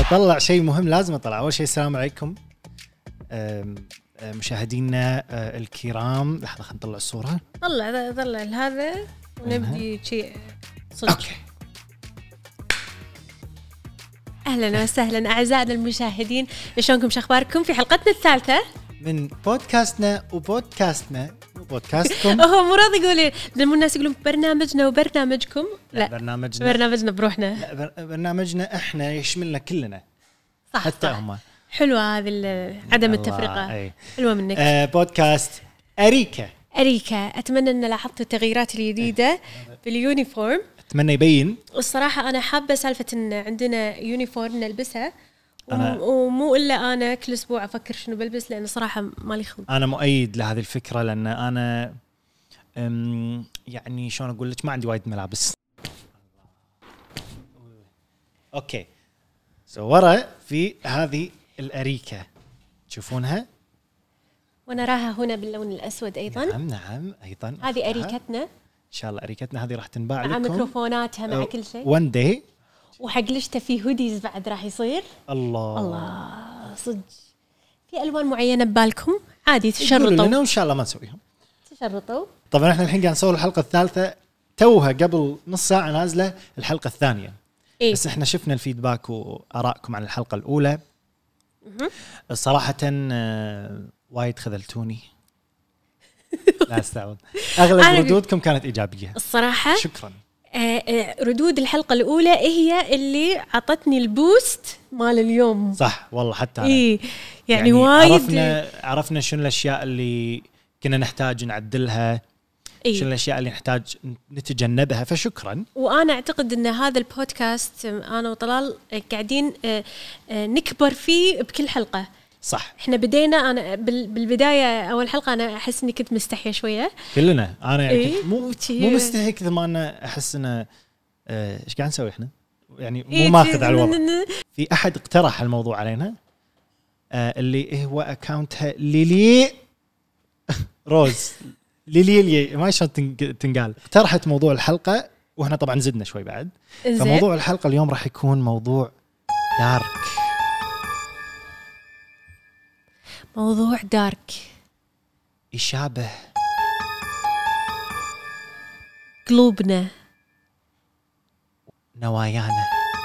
اطلع شيء مهم لازم اطلع. اول شيء السلام عليكم مشاهدينا الكرام. لحظه خلينا نطلع الصوره. طلع هذا ونبدي شيء صدق. اهلا وسهلا اعزائنا المشاهدين، شلونكم؟ شو اخباركم في حلقتنا الثالثه من بودكاستنا وبودكاستكم. هو مو راضي يقول لما الناس يقولون برنامجنا وبرنامجكم. لا برنامجنا بروحنا. لا برنامجنا احنا يشملنا كلنا صح حتى صح. هم. حلوة هذه عدم التفرقة. حلوة منك. بودكاست أريكا. أتمنى أن لاحظتوا التغييرات الجديدة باليونيفورم. أتمنى يبين. والصراحة أنا حابة سالفة أن عندنا يونيفورم نلبسها ومو إلا أنا كل أسبوع أفكر شنو بلبس، لأن صراحة مالي خلق. أنا مؤيد لهذه الفكرة، لأن أنا يعني شلون أقول لك ما عندي وايد ملابس. أوكي ورا في هذه الأريكة تشوفونها ونراها هنا باللون الأسود أيضا. نعم أيضا هذه أريكتنا إن شاء الله. أريكتنا هذه راح تنباع مع لكم، ميكروفوناتها مع كل شيء. one day. وحق لشته في هوديز بعد راح يصير. الله صدق. في ألوان معينة ببالكم عادي تشرطوا لنا وإن شاء الله ما نسويهم. تشرطوا. طبعا احنا الحين قاعد نصور الحلقة الثالثة، توها قبل نص ساعة نازلة الحلقة الثانية. إيه؟ بس احنا شفنا الفيدباك وآرائكم عن الحلقة الأولى. صراحة وايد خذلتوني. لا استعوض، أغلب ردودكم كانت إيجابية الصراحة. شكرا. ردود الحلقة الأولى هي اللي عطتني البوست مال اليوم. صح والله. حتى أنا إيه يعني وايد عرفنا شنو الأشياء اللي كنا نحتاج نعدلها. إيه؟ شنو الأشياء اللي نحتاج نتجنبها، فشكرا. وأنا أعتقد أن هذا البودكاست أنا وطلال قاعدين نكبر فيه بكل حلقة. صح. إحنا بدينا، أنا بالبداية أول حلقة أنا أحس إني كنت مستحية شوية. كلنا أنا يعني إيه؟ مو مستحي كثر ما أنا أحس إنه إيش قاعد نسوي إحنا يعني مو ماخذ على الوضع. في أحد اقترح الموضوع علينا اللي هو أكاونتها ليلي روز ليلي ما شلون تنقال. اقترحت موضوع الحلقة وإحنا طبعا زدنا شوي بعد. فموضوع الحلقة اليوم راح يكون موضوع دارك. موضوع دارك يشابه قلوبنا، نوايانا،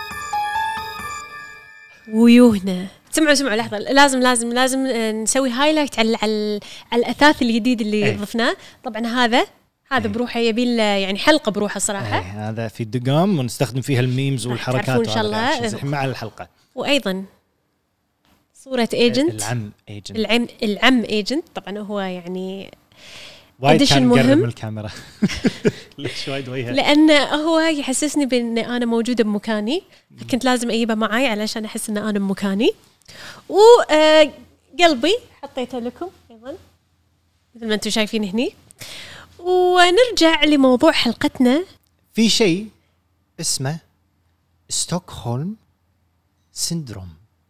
ويوهنا. سمعوا لحظة، لازم نسوي هايلايت على الأثاث الجديد اللي ضفناه. طبعا هذا بروحه يبي يعني حلقة بروحه صراحة. هذا في الدقام ونستخدم فيها الميمز والحركات إن شاء الله مع الحلقة. وأيضا صورة ايجنت، العم ايجنت. طبعا هو يعني وايد كان مقرب من الكاميرا. ليش وايد وجهه؟ لأن هو يحسسني بأن أنا موجودة بمكاني، كنت لازم أجيبه معي علشان أحس أن أنا بمكاني. وقلبي حطيته لكم أيضا مثل ما أنتم شايفين هني. ونرجع لموضوع حلقتنا. في شيء اسمه ستوكهولم سيندروم.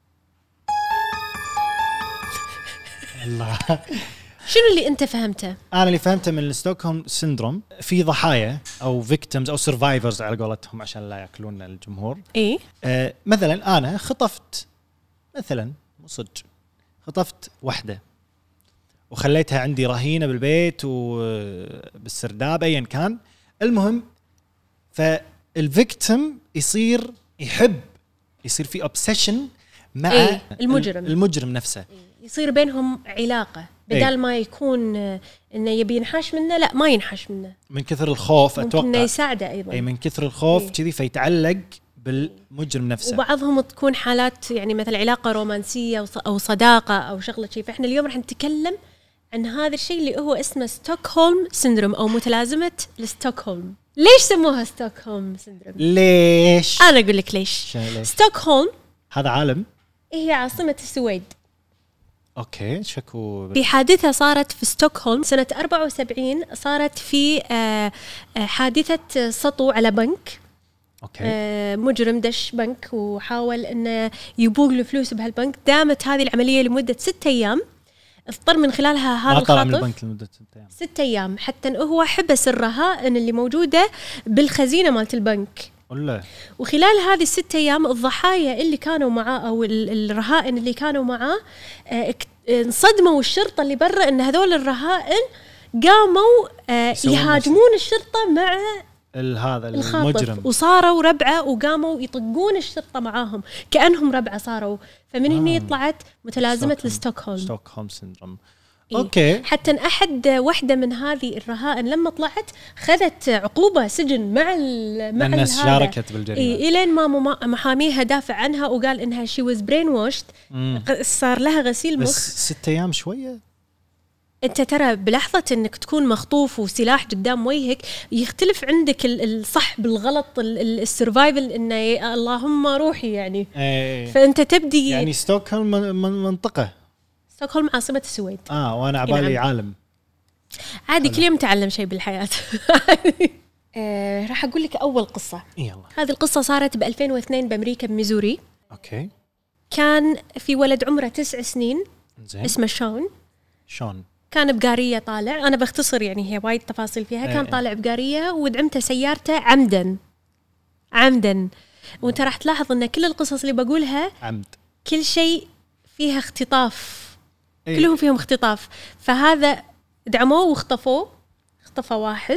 الله. شنو اللي أنت فهمته؟ أنا اللي فهمته من الستوكهولم سيندروم في ضحايا أو victims أو survivors على قولتهم عشان لا يأكلون الجمهور. إيه؟ مثلا أنا خطفت مثلا صدق خطفت واحدة وخليتها عندي رهينة بالبيت وبالسرداب أيا كان. المهم فالفيكتيم يصير في obsession مع المجرم نفسه. يصير بينهم علاقة بدال ما يكون إنه يبي ينحاش منه، لا ما ينحاش منه من كثر الخوف. أتوقع ممكن يساعده أيضا. من كثر الخوف كذي فيتعلق بالمجرم نفسه. وبعضهم تكون حالات يعني مثل علاقة رومانسية أو صداقة أو شغلة شيء. فإحنا اليوم رح نتكلم عن هذا الشيء اللي هو اسمه ستوكهولم سيندروم أو متلازمة الستوكهولم. ليش سموها ستوكهولم سيندروم؟ ليش؟ أنا أقول لك ليش. ستوكهولم هذا عالم، هي عاصمة السويد. اوكي شكو. بحادثة صارت في ستوكهولم سنة 74. صارت في حادثة سطو على بنك. اوكي. مجرم دش بنك وحاول انه يبوق له فلوس بهالبنك. دامت هذه العملية لمدة 6 أيام. اضطر من خلالها هذا الخاطف طلع من البنك لمدة 6 أيام. 6 أيام حتى هو حبس الرهائن اللي موجودة بالخزينة مالت البنك. ولا. وخلال هذه ال6 أيام الضحايا اللي كانوا معاه أو الرهائن اللي كانوا معاه انصدموا الشرطة اللي برا إن هذول الرهائن قاموا يهاجمون الشرطة مع هذا المجرم، وصاروا ربعة وقاموا يطقون الشرطة معاهم كأنهم ربعة صاروا. فمن هنا طلعت متلازمة ستوكهولم سيندروم. إيه؟ اوكي. حتى واحدة من هذه الرهائن لما طلعت خذت عقوبة سجن مع الناس شاركت بالجريمة. إيه إلين ما محاميها دافع عنها وقال إنها she was brainwashed. صار لها غسيل مخ. بس 6 أيام شوية. انت ترى بلحظة انك تكون مخطوف وسلاح قدام وجهك يختلف عندك الصح بالغلط، السرفايفل انه اللهم روحي يعني. فانت تبدي يعني ستوكهولم منطقة، ستوكهولم عاصمة السويد. وانا عبالي عالم عادي. كل يوم تعلم شيء بالحياة. راح اقول لك اول قصة. يلا. هذه القصة صارت ب2002 بامريكا بميزوري. اوكي. كان في ولد عمره 9 سنين زين. اسمه شون. كان بقارية طالع، أنا بختصر يعني هي وايد تفاصيل فيها. كان طالع بقارية ودعمته سيارته عمدا. وانت راح تلاحظ ان كل القصص اللي بقولها عمد، كل شيء فيها اختطاف. كلهم فيهم اختطاف. فهذا دعموه واختفوا، اختفى واحد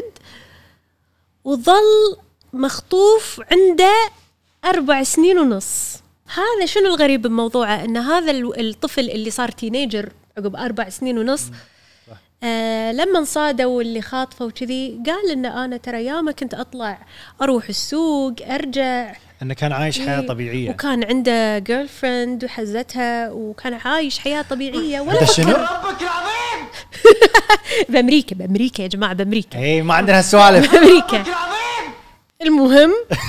وظل مخطوف عنده 4 سنين ونص. هذا شنو الغريب بموضوعه؟ ان هذا الطفل اللي صار تينيجر عقب 4 سنين ونص لما انصادوا اللي خاطفه وكذي قال إن أنا ترى ياما كنت أطلع أروح السوق أرجع، إنه كان عايش حياة طبيعية وكان عنده جيرل فريند وحزتها وكان عايش حياة طبيعية. ولا شنو؟ ربك العظيم. بأمريكا يا جماعة، بأمريكا. إيه ما عندنا هالسوالف. بأمريكا. المهم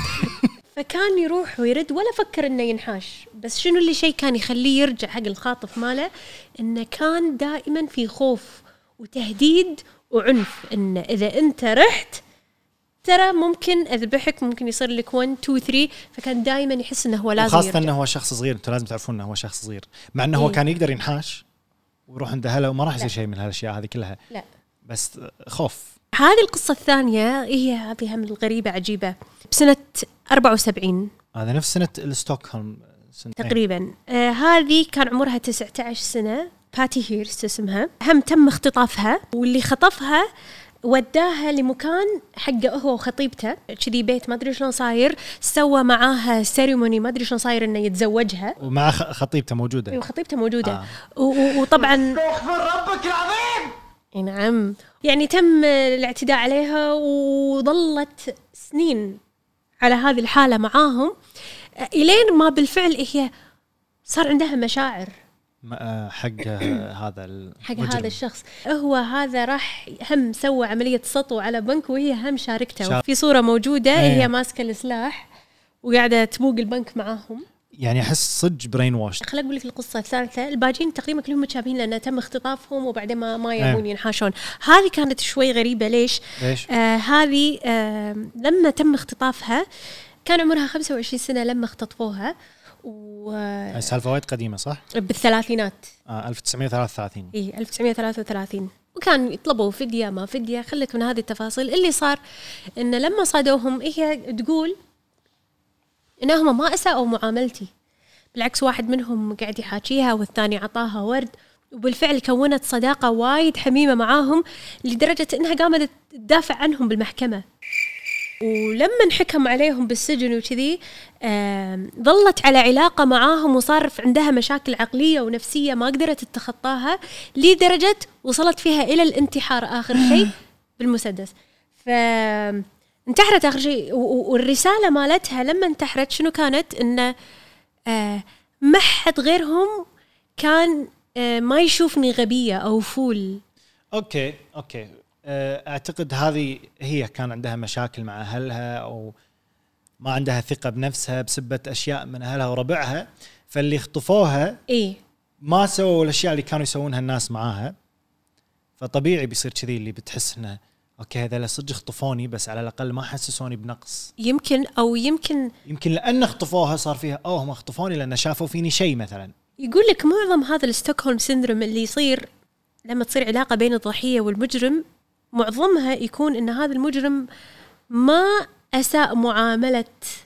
فكان يروح ويرد ولا فكر إنه ينحاش. بس شنو اللي شيء كان يخليه يرجع حق الخاطف ماله؟ إنه كان دائما في خوف وتهديد وعنف، إن إذا أنت رحت ترى ممكن أذبحك، ممكن يصير لك 1 2 3. فكان دائما يحس إنه هو لازم خاصة إنه هو شخص صغير. أنتوا لازم تعرفون إنه هو شخص صغير، مع إنه هو كان يقدر ينحاش ويروح عند أهله وما راح يصير شيء من هالأشياء هذه كلها. لا بس خوف. هذه القصة الثانية هي هذه هم الغريبة عجيبة. بسنة 74 هذا نفس سنة الستوكهولم تقريبا. هذه كان عمرها 19 سنة، باتي هيرست اسمها. هم تم اختطافها، واللي خطفها وداها لمكان حقه هو وخطيبته كذي، بيت ما ادري شلون صاير، سوى معاها سيريموني ما ادري شلون صاير انه يتزوجها، ومع خطيبته موجوده. ايوه خطيبته موجوده. وطبعا استغفر ربك العظيم. نعم يعني تم الاعتداء عليها وظلت سنين على هذه الحاله معاهم، الين ما بالفعل هي صار عندها مشاعر حق هذا حق هذا الشخص. هو هذا راح هم سوى عملية سطو على بنك وهي هم شاركته. في صورة موجودة هي ماسكة السلاح وقاعدة تبوق البنك معاهم. يعني أحس صدق برين واش. خليني أقول لك القصة الثالثة. الباجين تقريبا كلهم متشابهين لأن تم اختطافهم وبعدين ما يبون ينحاشون. هذه كانت شوي غريبة. ليش؟ هذه لما تم اختطافها كان عمرها 25 سنة لما اختطفوها. السالفة وايد قديمة صح؟ بالثلاثينات 1933. إيه 1933. وكان يطلبوا فدية ما فدية. خلك من هذه التفاصيل. اللي صار إن لما صادوهم هي تقول إنهم ما أساءوا معاملتي، بالعكس واحد منهم قاعد يحاكيها والثاني عطاها ورد، وبالفعل كونت صداقة وايد حميمة معاهم لدرجة إنها قامت تدافع عنهم بالمحكمة. ولما انحكم عليهم بالسجن وكذي ظلت على علاقة معاهم وصار عندها مشاكل عقلية ونفسية ما قدرت تتخطاها، لدرجة وصلت فيها إلى الانتحار آخر شيء بالمسدس. فانتحرت آخر شيء. والرسالة مالتها لما انتحرت شنو كانت؟ إنه ما حد غيرهم كان ما يشوفني غبية أو فول. أوكي أعتقد هذه هي كان عندها مشاكل مع أهلها أو ما عندها ثقة بنفسها بسبة أشياء من أهلها وربعها، فاللي خطفوها ما سووا الأشياء اللي كانوا يسوونها الناس معاها. فطبيعي بيصير كذي، اللي بتحس إنه أوكي هذا صدق خطفوني بس على الأقل ما حسسوني بنقص. يمكن لأن خطفوها صار فيها هم خطفوني لأن شافوا فيني شيء مثلا. يقول لك معظم هذا الستوكهولم سيندروم اللي يصير لما تصير علاقة بين الضحية والمجرم، معظمها يكون إن هذا المجرم ما أساء معاملة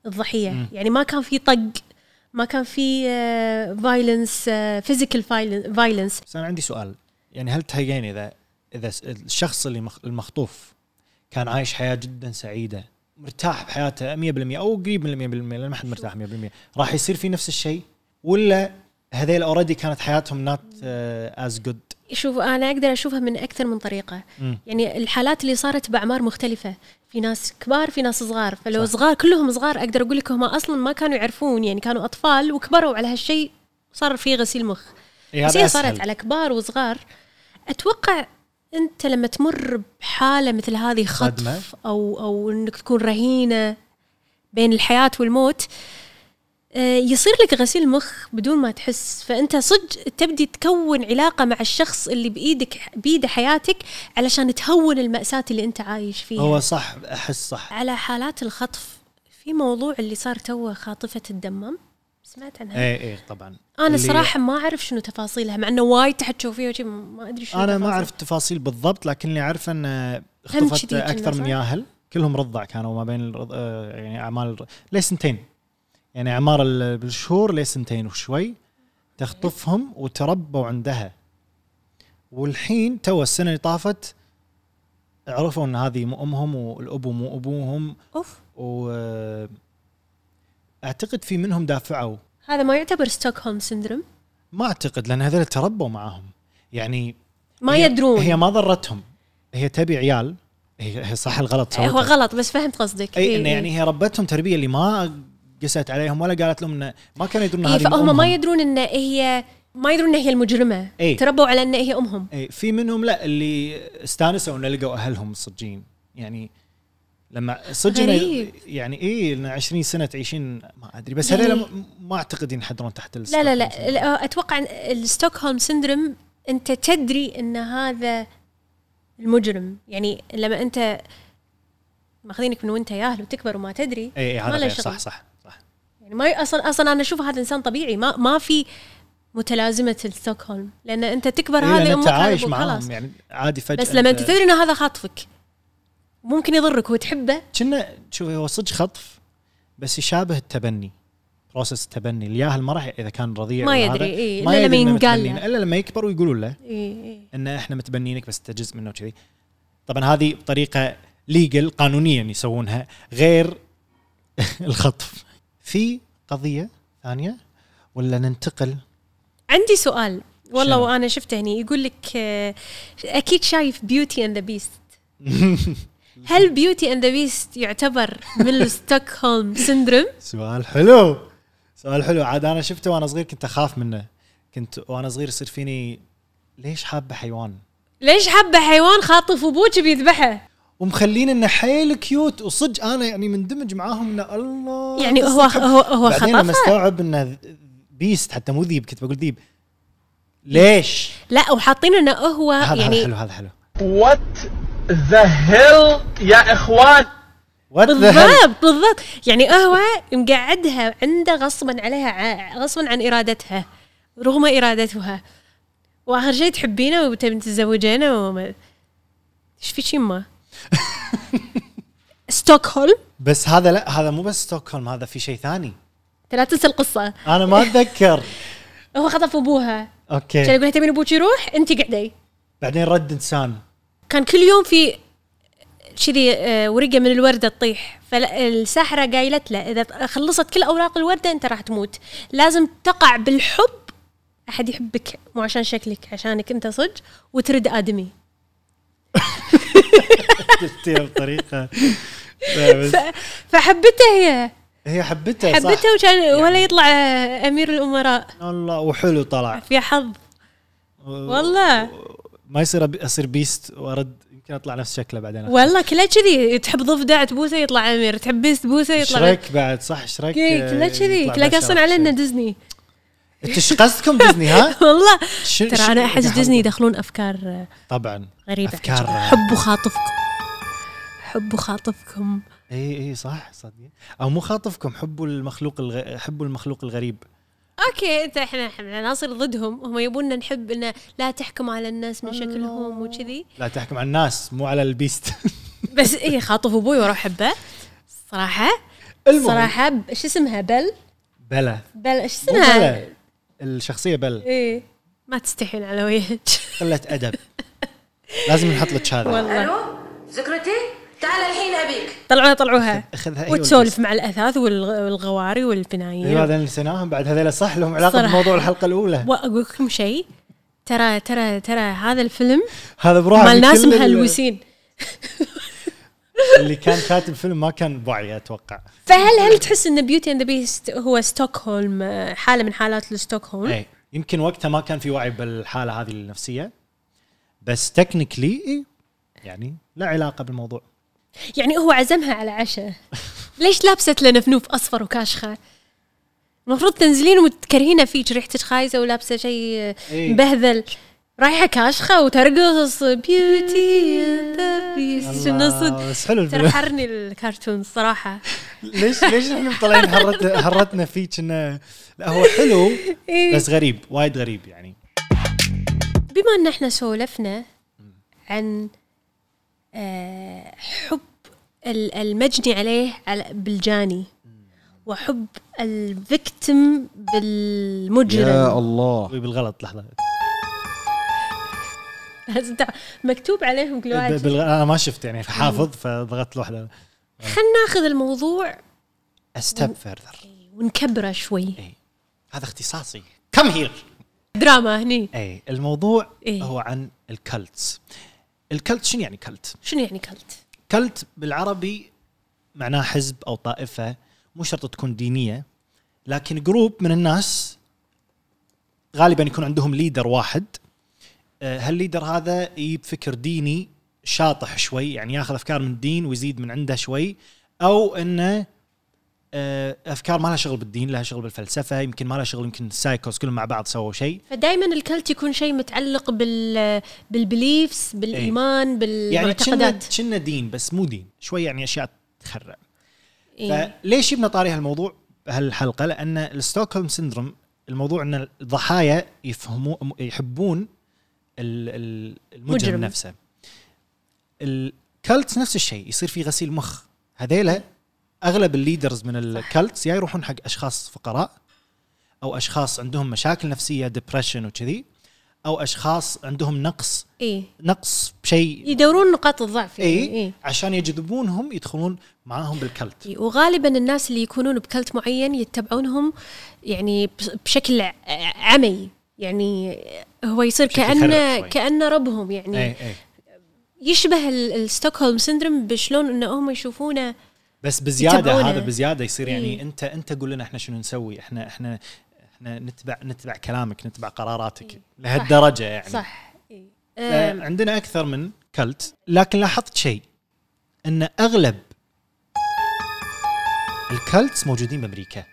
الضحيه. يعني ما كان في طق، ما كان في فايلنس، فيزيكال فايلنس. بس انا عندي سؤال، يعني هل تهيئين اذا الشخص اللي المخطوف كان عايش حياه جدا سعيده مرتاح بحياته 100% او قريب من 100%، لان ما حد مرتاح 100%، راح يصير في نفس الشيء، ولا هذيل اوريدي كانت حياتهم نات از جود؟ شوف انا اقدر اشوفها من اكثر من طريقه. يعني الحالات اللي صارت باعمار مختلفه، في ناس كبار في ناس صغار. فلو صغار كلهم صغار اقدر اقول لك هم اصلا ما كانوا يعرفون، يعني كانوا اطفال وكبروا على هالشيء، صار في غسيل مخ. بس هي صارت على كبار وصغار. اتوقع انت لما تمر بحاله مثل هذه، خطف او انك تكون رهينه بين الحياه والموت، يصير لك غسيل مخ بدون ما تحس. فأنت صدق تبدي تكون علاقة مع الشخص اللي بيده حياتك علشان تهون المأساة اللي أنت عايش فيها. هو صح، أحس صح. على حالات الخطف، في موضوع اللي صار توه خاطفة الدمام، سمعت عنها؟ ايه طبعا. أنا صراحة ما أعرف شنو تفاصيلها، مع أنه وايد تحت فيها وشي، ما أدري شنو. أنا ما أعرف التفاصيل بالضبط، لكني أعرف أن اختفت أكثر من ياهل، كلهم رضع كانوا ما بين يعني أعمال لسنتين، يعني أعمار بالشهور لسنتين وشوي، تخطفهم وتربوا عندها. والحين تو السنة اللي طافت عرفوا أن هذه مو أمهم والأب مو أبوهم. وأعتقد في منهم دافعوا. هذا ما يعتبر ستوكهولم سيندروم؟ ما أعتقد، لأن هذول تربوا معهم، يعني ما يدرون. هي ما ضرتهم، هي تبي عيال. هي صح الغلط هو غلط، بس فهمت قصدك. أي إن يعني هي ربتهم تربية اللي ما قست عليهم ولا قالت لهم إن ما كانوا يدرون هذه فهم ما يدرون إن هي، ما يدرون إن هي المجرمة. تربوا على إن هي أمهم. في منهم لا اللي استانسوا إن لقوا أهلهم الصجين، يعني لما صجنا يعني لنا 20 سنة تعيشين ما أدري، بس هذول ما أعتقد ينحدرون تحت لا أتوقع الستوكهولم سيندروم أنت تدري إن هذا المجرم. يعني لما أنت ماخذينك من وانت ياهل وتكبر وما تدري. هذا صح يعني ما اصلا انا اشوف هذا انسان طبيعي، ما في متلازمه الستوكهولم، لان انت تكبر هذه امك عايش معاهم يعني عادي فجاه. بس لما انت تدري ان هذا خاطفك ممكن يضرك وتحبه. كنا شوفي هو صدق خطف، بس يشابه التبني، بروسس التبني. الياهل ما راح اذا كان رضيع ما يدري الا لما ينقال الا لما يكبر ويقولوا له ان احنا متبنينك بس انت جزء منه كذي. طبعا هذه طريقه ليجل قانونيا يسوونها غير الخطف. في قضية ثانية ولا ننتقل؟ عندي سؤال والله وأنا شفته هني يقول لك أكيد شايف بيوتي أند ذا بيست. هل بيوتي أند ذا بيست يعتبر من ستوكهولم سيندروم؟ سؤال حلو عاد. أنا شفته وأنا صغير كنت أخاف منه، كنت وأنا صغير يصير فيني ليش حابة حيوان خاطف أبوك بيذبحه ومخلين انه حيل كيوت وصدق انا يعني مندمج معاهم انه الله يعني هو خطفها. بعدين لما استوعب انه بيست حتى مو ذيب، كنت بقول ذيب ليش لا، وحاطين انه هو يعني هذا حلو وات ذا هيل يا اخوان. بالضبط يعني هو مقعدها عنده غصبا عليها، غصبا عن ارادتها رغم ارادتها، واخر شيء تحبينه وتبين تتزوجينه ايش في شيء ما ستوكهولم. بس هذا لا، هذا مو بس ستوكهولم، هذا في شيء ثاني. لا تنسى القصة. أنا ما أتذكر. هو خطف أبوها. أوكي. كان يقول تبين أبوك يروح أنت قعدي. بعدين رد إنسان. كان كل يوم في كذي ورقة من الوردة تطيح، فالساحرة قايلت له إذا خلصت كل أوراق الوردة أنت راح تموت، لازم تقع بالحب أحد يحبك مو عشان شكلك، عشانك أنت صج وترد آدمي. قلتيها بطريقة فحبته هي حبته وكان ولا يطلع أمير الأمراء. الله وحلو طلع في حظ والله. ما يصير أصير بيست وأرد يمكن أطلع نفس شكله بعدين. والله كله كذي، تحب ضفدع تبوسه يطلع أمير، تحب بيست بوسه يطلع شريك بعد. صح شريك كله كذي، كله قصن علينا ديزني. ايش قصدكم ديزني ها؟ والله ترى انا احس ديزني يدخلون افكار طبعا غريبه، افكار حبوا خاطفكم. اي صح صدق، او مو خاطفكم، حبوا المخلوق الغريب. اوكي انت احنا ناصر ضدهم، هم يبوننا نحب انه لا تحكم على الناس من شكلهم وكذي، لا تحكم على الناس مو على البيست. بس خاطف ابوي واروح احبه صراحه. صراحه ايش اسمها بلا ايش اسمها الشخصيه ايه ما تستحين على وجهك قله ادب. لازم نحط لك هذا. والله الو ذكرتي تعال الحين ابيك. طلعوها اخذها وتسولف مع الاثاث والغواري والفنايين. ايوه هذا اللي نسيناهم بعد. هذول صح لهم علاقه بموضوع الحلقه الاولى. واقول لكم شيء ترى هذا الفيلم هذا بروحه مال ناس مهلوسين. اللي كان كاتب فيلم ما كان بوعي اتوقع. فهل تحس ان بيوتي اند ذا بيست هو ستوكهولم حاله من حالات الستوكهولم؟ اي يمكن وقتها ما كان في وعي بالحاله هذه النفسيه بس تكنيكلي يعني لا علاقه بالموضوع. يعني هو عزمها على عشاء ليش لابسه لنا فنوف اصفر وكاشخه؟ المفروض تنزلين وتكرهينه فيك ريحتك خايسه ولابسه شيء مبهذل رايحه كاشخه وترقص بيوتي اند ذا بيست. بس حلو ترى حرني الكرتون الصراحه. ليش احنا طالعين حرتنا فيك انه لا هو حلو بس غريب وايد غريب يعني. بما ان احنا سولفنا عن حب المجني عليه بالجاني وحب الفيكتم بالمجرم. يا الله بالغلط لحظه لازم مكتوب عليهم كل واحد. انا ما شفت يعني حافظ فضغطت لوحده. خلينا ناخذ الموضوع ستيب فيرذر ونكبره شوي. هذا اختصاصي كم هير دراما هني. الموضوع هو عن الكلتس. الكلت شنو يعني كلت؟ شنو يعني كلت؟ كلت بالعربي معناه حزب أو طائفة، مو شرط تكون دينية، لكن جروب من الناس غالبا يكون عندهم ليدر واحد. هالليدر هذا يجيب فكر ديني شاطح شوي، يعني ياخذ أفكار من الدين ويزيد من عنده شوي، أو إنه أفكار ما لها شغل بالدين، لها شغل بالفلسفة، يمكن ما لها شغل، يمكن السايكوس كلهم مع بعض سووا شيء. فدايما الكلت يكون شيء متعلق بالبليفز، بالإيمان، بالمعتقدات. يعني كنا دين بس مو دين شوي، يعني أشياء تخرع. فليش يبنى طاري هالموضوع بهالحلقة؟ لأن الستوكهولم سيندروم الموضوع أن الضحايا يحبون المجرم نفسه. الكلت نفس الشيء، يصير في غسيل مخ. هذيلا أغلب الليدرز من الكلتس يا يروحون حق أشخاص فقراء، أو أشخاص عندهم مشاكل نفسية ديبريشن وكذي، أو أشخاص عندهم نقص نقص بشيء، يدورون نقاط الضعف عشان يجذبونهم يدخلون معاهم بالكلت. وغالبا الناس اللي يكونون بكلت معين يتبعونهم يعني بشكل عمي، يعني هو يصير كأنه ربهم، يعني يشبه الستوكهولم سيندروم بشلون انه هم يشوفونه بس بزياده. هذا بزياده يصير يعني انت قول لنا احنا شنو نسوي، احنا نتبع كلامك، نتبع قراراتك لهالدرجه يعني. صح. عندنا اكثر من كلت، لكن لاحظت شيء ان اغلب الكلتس موجودين بامريكا.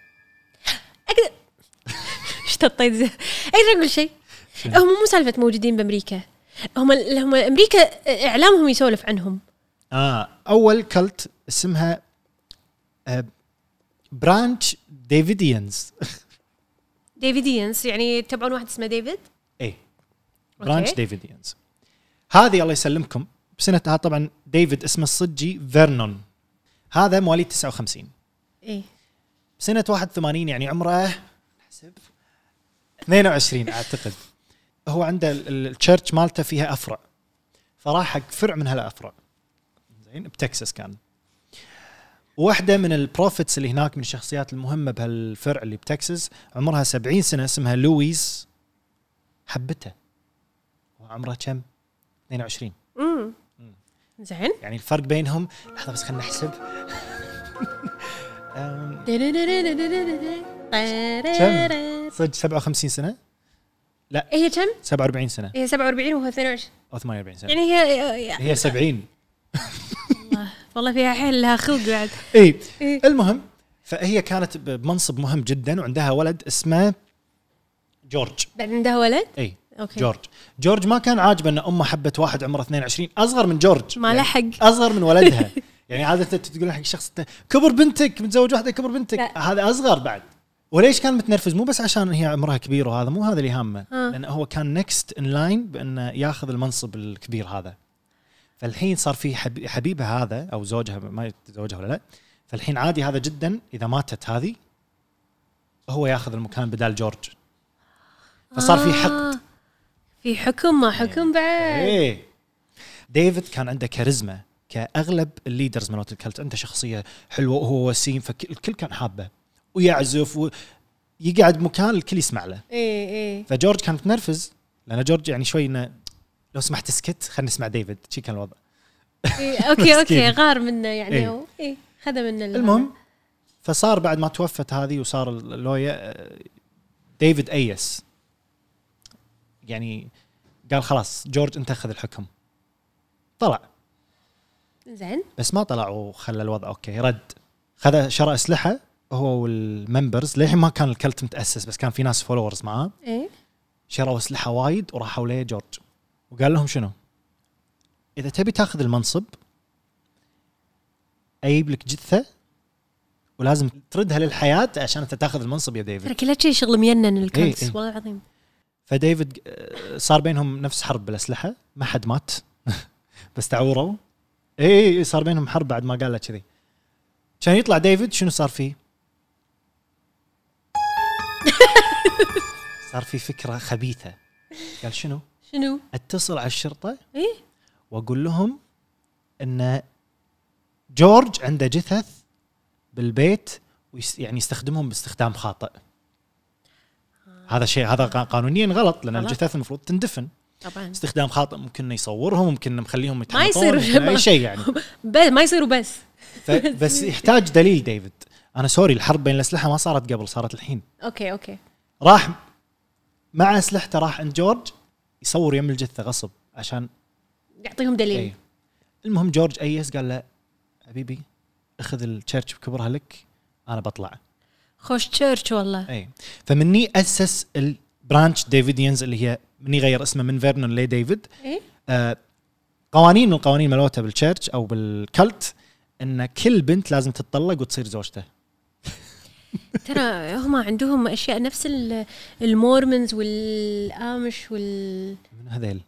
ايش تطيد اقدر اقول شيء؟ هم مو سالفه موجودين بامريكا، هم امريكا اعلامهم يسولف عنهم. اول كلت اسمها برانش ديفيديانز. ديفيديانز يعني تبعون واحد اسمه ديفيد. برانش ديفيديانز هذه الله يسلمكم بسنتها. طبعا ديفيد اسمه الصجي فيرنون، هذا مواليد 59. سنة 81 يعني عمره حسب 22 اعتقد. هو عنده التشيرش مالته فيها افرع، فراح حق فرع من هالافرع زين بتكساس. كان واحدة من البروفيتس اللي هناك من الشخصيات المهمة بهالفرع اللي بتكساس، عمرها 70 سنة، اسمها لويز، حبته وعمرها كم؟ 22. زين يعني الفرق بينهم لحظة بس خلنا نحسب. كم؟ صدق 57 سنة؟ لا هي كم؟ 47 سنة. هي 47 وهو 22 أو 48 سنة. يعني هي 70. والله فيها حيل لها خلق بعد. المهم فهي كانت بمنصب مهم جدا وعندها ولد اسمه جورج. بعد عندها ولد؟ أوكي. جورج ما كان عاجبه ان امه حبت واحد عمره 22 اصغر من جورج، ما لحق يعني اصغر من ولدها. يعني عاده تقول حق شخص كبر بنتك، متزوج واحده كبر بنتك، هذا اصغر بعد. وليش كان متنرفز؟ مو بس عشان هي عمرها كبير وهذا، مو هذا اللي هامه، لان هو كان نكست ان لاين بانه ياخذ المنصب الكبير هذا. فالحين صار في حبيبها هذا او زوجها، ما يتزوجها ولا لا، فالحين عادي هذا جدا اذا ماتت هذه هو ياخذ المكان بدال جورج. فصار في حقد، في حكم ما حكم بعد. ايه ديفيد كان عنده كاريزما كاغلب الليدرز مالت الكلت، عنده شخصيه حلوه وهو وسيم، فالكل كان حابه ويعزف ويقعد بمكان الكل يسمع له. ايه فجورج كان متنرفز لان جورج يعني شوي انه لو سمحت اسكت خلينا نسمع ديفيد، شي كان الوضع. اوكي غار منه يعني هو خذ منه. المهم فصار بعد ما توفت هذه وصار اللويا ديفيد ايس، يعني قال خلاص جورج انت اخذ الحكم. طلع زين بس ما طلع وخلى الوضع اوكي، رد خذ شرى اسلحه هو والممبرز. للحين ما كان الكلت متاسس بس كان في ناس فولورز معاه. شروا اسلحه وايد وراحوا ليه جورج وقال لهم شنو اذا تبي تاخذ المنصب اجيب لك جثه ولازم تردها للحياه عشان انت تاخذ المنصب يا ديفيد. ترى كله شيء شغل مينن الكلتس والله العظيم. فديفيد صار بينهم نفس حرب بالاسلحه، ما حد مات بس تعوروا. اي صار بينهم حرب بعد ما قال له كذي. كان يطلع ديفيد شنو صار فيه؟ صار في فكره خبيثه. قال شنو اتصل على الشرطه واقول لهم ان جورج عنده جثث بالبيت يعني يستخدمهم باستخدام خاطئ. هذا شيء هذا قانونيا غلط لان الجثث المفروض تندفن. طبعا استخدام خاطئ ممكن يصورهم، ممكن نخليهم ما يصير اي شيء يعني ما يصيروا بس يحتاج دليل. ديفيد انا سوري الحرب بين الاسلحه ما صارت قبل، صارت الحين. اوكي راح مع اسلحته راح عند جورج يصور يم الجثه غصب عشان يعطيهم دليل. ايه. المهم جورج ايس قال له حبيبي اخذ التشيرش بكبرها لك انا بطلع. خوش تشيرش والله. اي فمني اسس البرانش ديفيديانز اللي هي مني غير اسمه من فيرنون لي ديفيد. قوانين من القوانين مالوته بالتشيرش او بالكلت ان كل بنت لازم تتطلق وتصير زوجته. ترى هم عندهم اشياء نفس المورمنز والامش من هذيل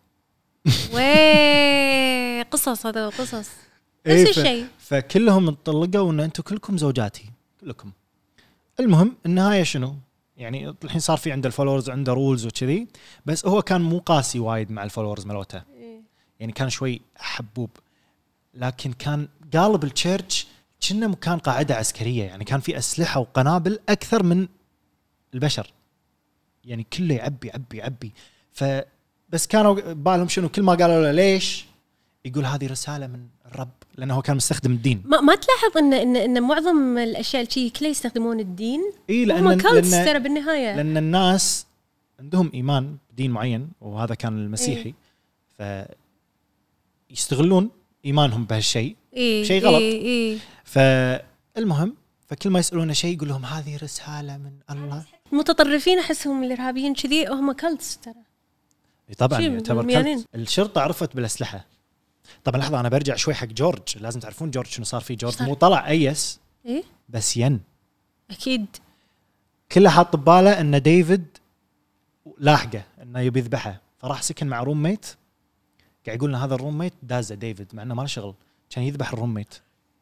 قصص هذا قصص نفس الشيء. فكلهم انطلقوا ان انتم كلكم زوجاتي كلكم. المهم النهايه شنو يعني الحين صار في عنده الفولورز عنده رولز وكذي، بس هو كان مو قاسي وايد مع الفولورز مالوته. يعني كان شوي حبوب، لكن كان قالب التشيرش كنا مكان قاعده عسكريه، يعني كان في اسلحه وقنابل اكثر من البشر، يعني كله يعبي. فبس كانوا بالهم شنو كل ما قالوا له ليش يقول هذه رساله من الرب، لانه هو كان مستخدم الدين. ما تلاحظ ان معظم الاشياء اللي كله يستخدمون الدين؟ لان ترى بالنهايه لان الناس عندهم ايمان بدين معين وهذا كان المسيحي. فيستغلون ايمانهم بهالشيء. شيء غلط. فالمهم فكل ما يسالونه شيء يقول لهم هذه رساله من الله. المتطرفين احسهم الارهابيين كذي هم كلتس ترى. طبعا يعتبر كلت. الشرطه عرفت بالاسلحه. طبعا لحظه انا برجع شوي حق جورج، لازم تعرفون جورج شنو صار فيه. جورج مو طلع ايس بس اكيد كله حاط بباله ان ديفيد لاحقه انه يبي يذبحه، فراح سكن مع رومميت قاعد يقول لنا هذا الرومميت دازه ديفيد مع انه ما له شغل، كان يذبح الرومميت.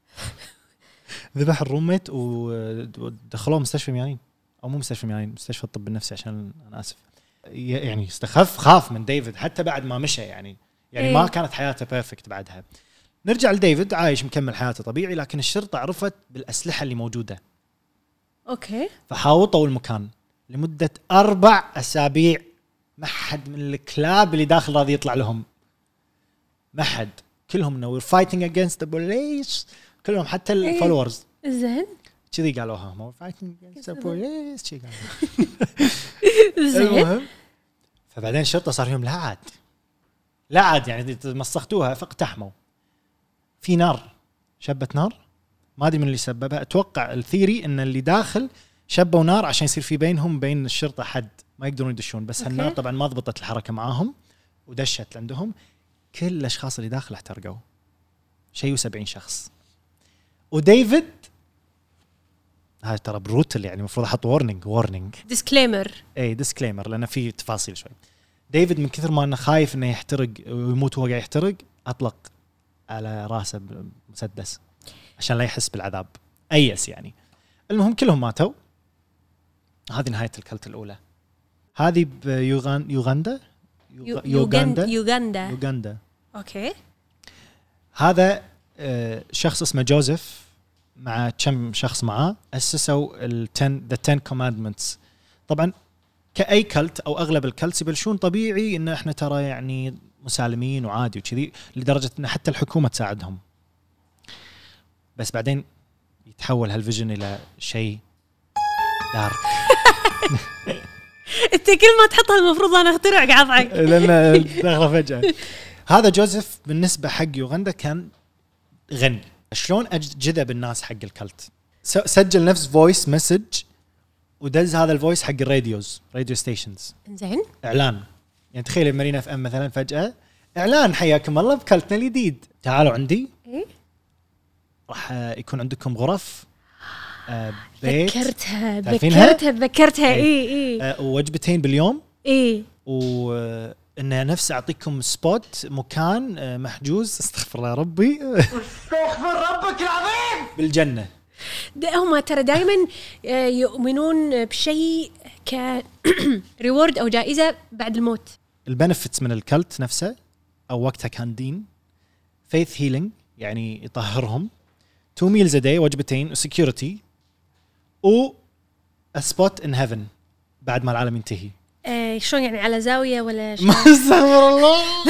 ذبح الرومميت ودخلوه مستشفى ميانين او مو مستشفى ميانين، مستشفى الطب النفسي عشان انا اسف. يعني خاف من ديفيد حتى بعد ما مشى يعني ما كانت حياته بيرفكت بعدها. نرجع لديفيد عايش مكمل حياته طبيعي، لكن الشرطة عرفت بالأسلحة اللي موجودة. أوكي. فحاوطوا المكان لمدة 4 أسابيع، ما حد من الكلاب اللي داخل راضي يطلع لهم، ما حد. كلهم إنه we're fighting against the police، كلهم حتى الفولورز. زين. كذي قالوها we're fighting against the police. كذي قالوا. زين. فبعدين الشرطة صار فيهم لا عاد يعني مسختوها فاقتحموا. في نار، شبت نار، ما ادري من اللي سببها. اتوقع الثيري ان اللي داخل شبوا نار عشان يصير في بينهم بين الشرطه حد ما يقدرون يدشون، بس هالنار طبعا ما ضبطت الحركه معاهم ودشت عندهم. كل الاشخاص اللي داخل احترقوا، شيء 70 شخص. وديفيد هاي ترى بروتل، يعني المفروض احط وارنينج ديسكليمر. اي ديسكليمر لانه في تفاصيل شوي. ديفيد من كثر ما انه خايف انه يحترق ويموت وهو قاعد يحترق، اطلق على راسه بمسدس عشان لا يحس بالعذاب. ايس يعني. المهم كلهم ماتوا. هذه نهايه الكلت الاولى. هذه بيوغندا يوغندا. اوكي. هذا شخص اسمه جوزيف مع كم شخص معاه اسسوا the 10 commandments. طبعا كأي كلت أو أغلب الكلتس يبلشون طبيعي إن إحنا ترى يعني مسالمين وعادي وكذي، لدرجة إن حتى الحكومة تساعدهم. بس بعدين يتحول هالفيجن إلى شيء دارك. أنت كل ما تحطها المفروض أنا أخترع قاعد لأن دخل فجأة. هذا جوزيف بالنسبة حق يوغندا كان غني. شلون جذب الناس حق الكلت؟ سجل نفس فويس مسج ودز هذا الفويس حق الراديوز، راديو ستيشنز. زين. اعلان يعني تخيل مارينا اف ام مثلا فجأة اعلان حياكم الله بكلتنا الجديد، تعالوا عندي. إيه؟ راح يكون عندكم غرف بيت. ذكرتها اي ووجبتين باليوم. اي وإنه نفس أعطيكم سبوت مكان محجوز. استغفر الله ربي. استغفر ربك العظيم. بالجنة. هم ترى دائما يؤمنون بشيء كريورد أو جائزة بعد الموت. البنفتس من الكلت نفسه أو وقتها كان دين. فيث هيلينج يعني يطهرهم. 2 meals a day وجبتين وسكيورتي وسبوت إن هيفن بعد ما العالم ينتهي. شلون يعني على زاوية ولا شيء؟ استغفر الله.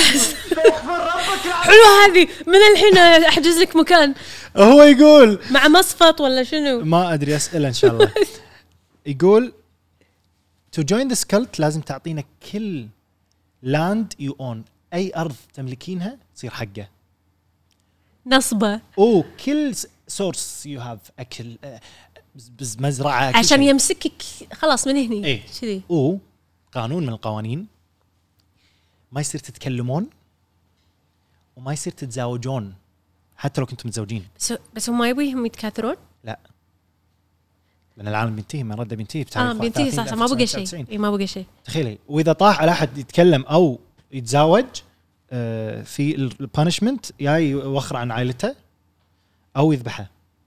حلوة هذه، من الحين أحجز لك مكان. هو يقول مع مصفط ولا شنو؟ ما أدري، أسأله إن شاء الله. يقول to join this cult لازم تعطينا كل land you own، أي أرض تملكينها تصير حقه. نصبة. كل source you have أكل مزرعة عشان يمسكك خلاص من هني. إيه. كذي. قانون من القوانين ما يصير تتكلمون وما يصير تتزاوجون حتى لو كنتم متزوجين. بس هم يبيهم يتكاثرون؟ لا، لأن العالم بينتهي، من رده بينتهي بتاريخ بينتهي صح، ما بقى شيء. إيه ما بقى شيء. تخيلي، وإذا طاح على أحد يتكلم أو يتزاوج في البانشمنت يا يوخر عن عائلته أو يذبحه.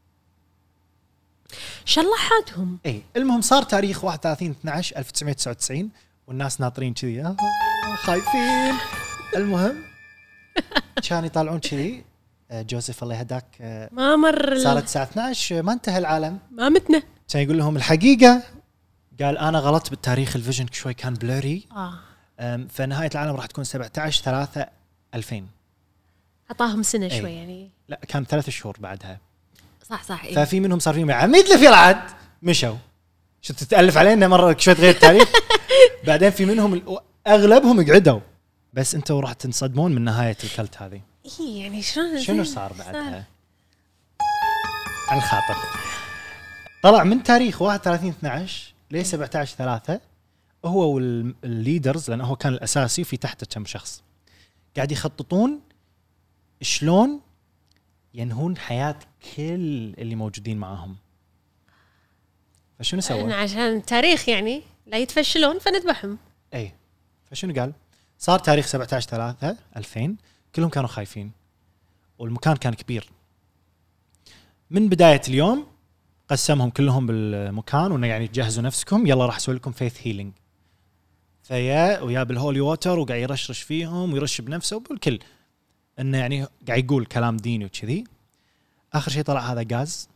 شلحاتهم. المهم صار تاريخ 31/12/1999 والناس ناطرين كذي خايفين. المهم كانوا يطالعون كذي. جوزيف الله يهداك ما مر، صارت الساعة 12 ما انتهى العالم، ما متنا. كان يقول لهم الحقيقة، قال أنا غلطت بالتاريخ، الفيجن شوي كان بلوري. فنهاية العالم راح تكون 17/3/2000. أعطاهم سنة شوي يعني. لا كان 3 شهور بعدها. صح. ففي منهم صار فيهم عميد لفي العاد مشوا، شو تتألف علينا مرة شوي غير التاريخ. بعدين في منهم أغلبهم قعدوا. بس أنتوا راح تنصدمون من نهاية الكلت هذه. يعني شنو صار بعدها؟ عن الخاطر طلع من تاريخ 31/12 ل 17/3 هو والليدرز، لأنه هو كان الأساسي في تحته كم شخص قاعد يخططون شلون ينهون حياة كل اللي موجودين معاهم. فشنو سوى؟ عشان التاريخ يعني لا يتفشلون فنذبحهم. فشنو قال؟ صار تاريخ 17/3/2000 كلهم كانوا خايفين والمكان كان كبير. من بداية اليوم قسمهم كلهم بالمكان وإنه يعني تجهزوا نفسكم، يلا راح أسوي لكم فيث هيلينج. ويا بالهولي ووتر وقاعد يرشرش فيهم ويرش بنفسه وبالكل، إنه يعني قاعد يقول كلام ديني وكذي. آخر شيء طلع هذا غاز،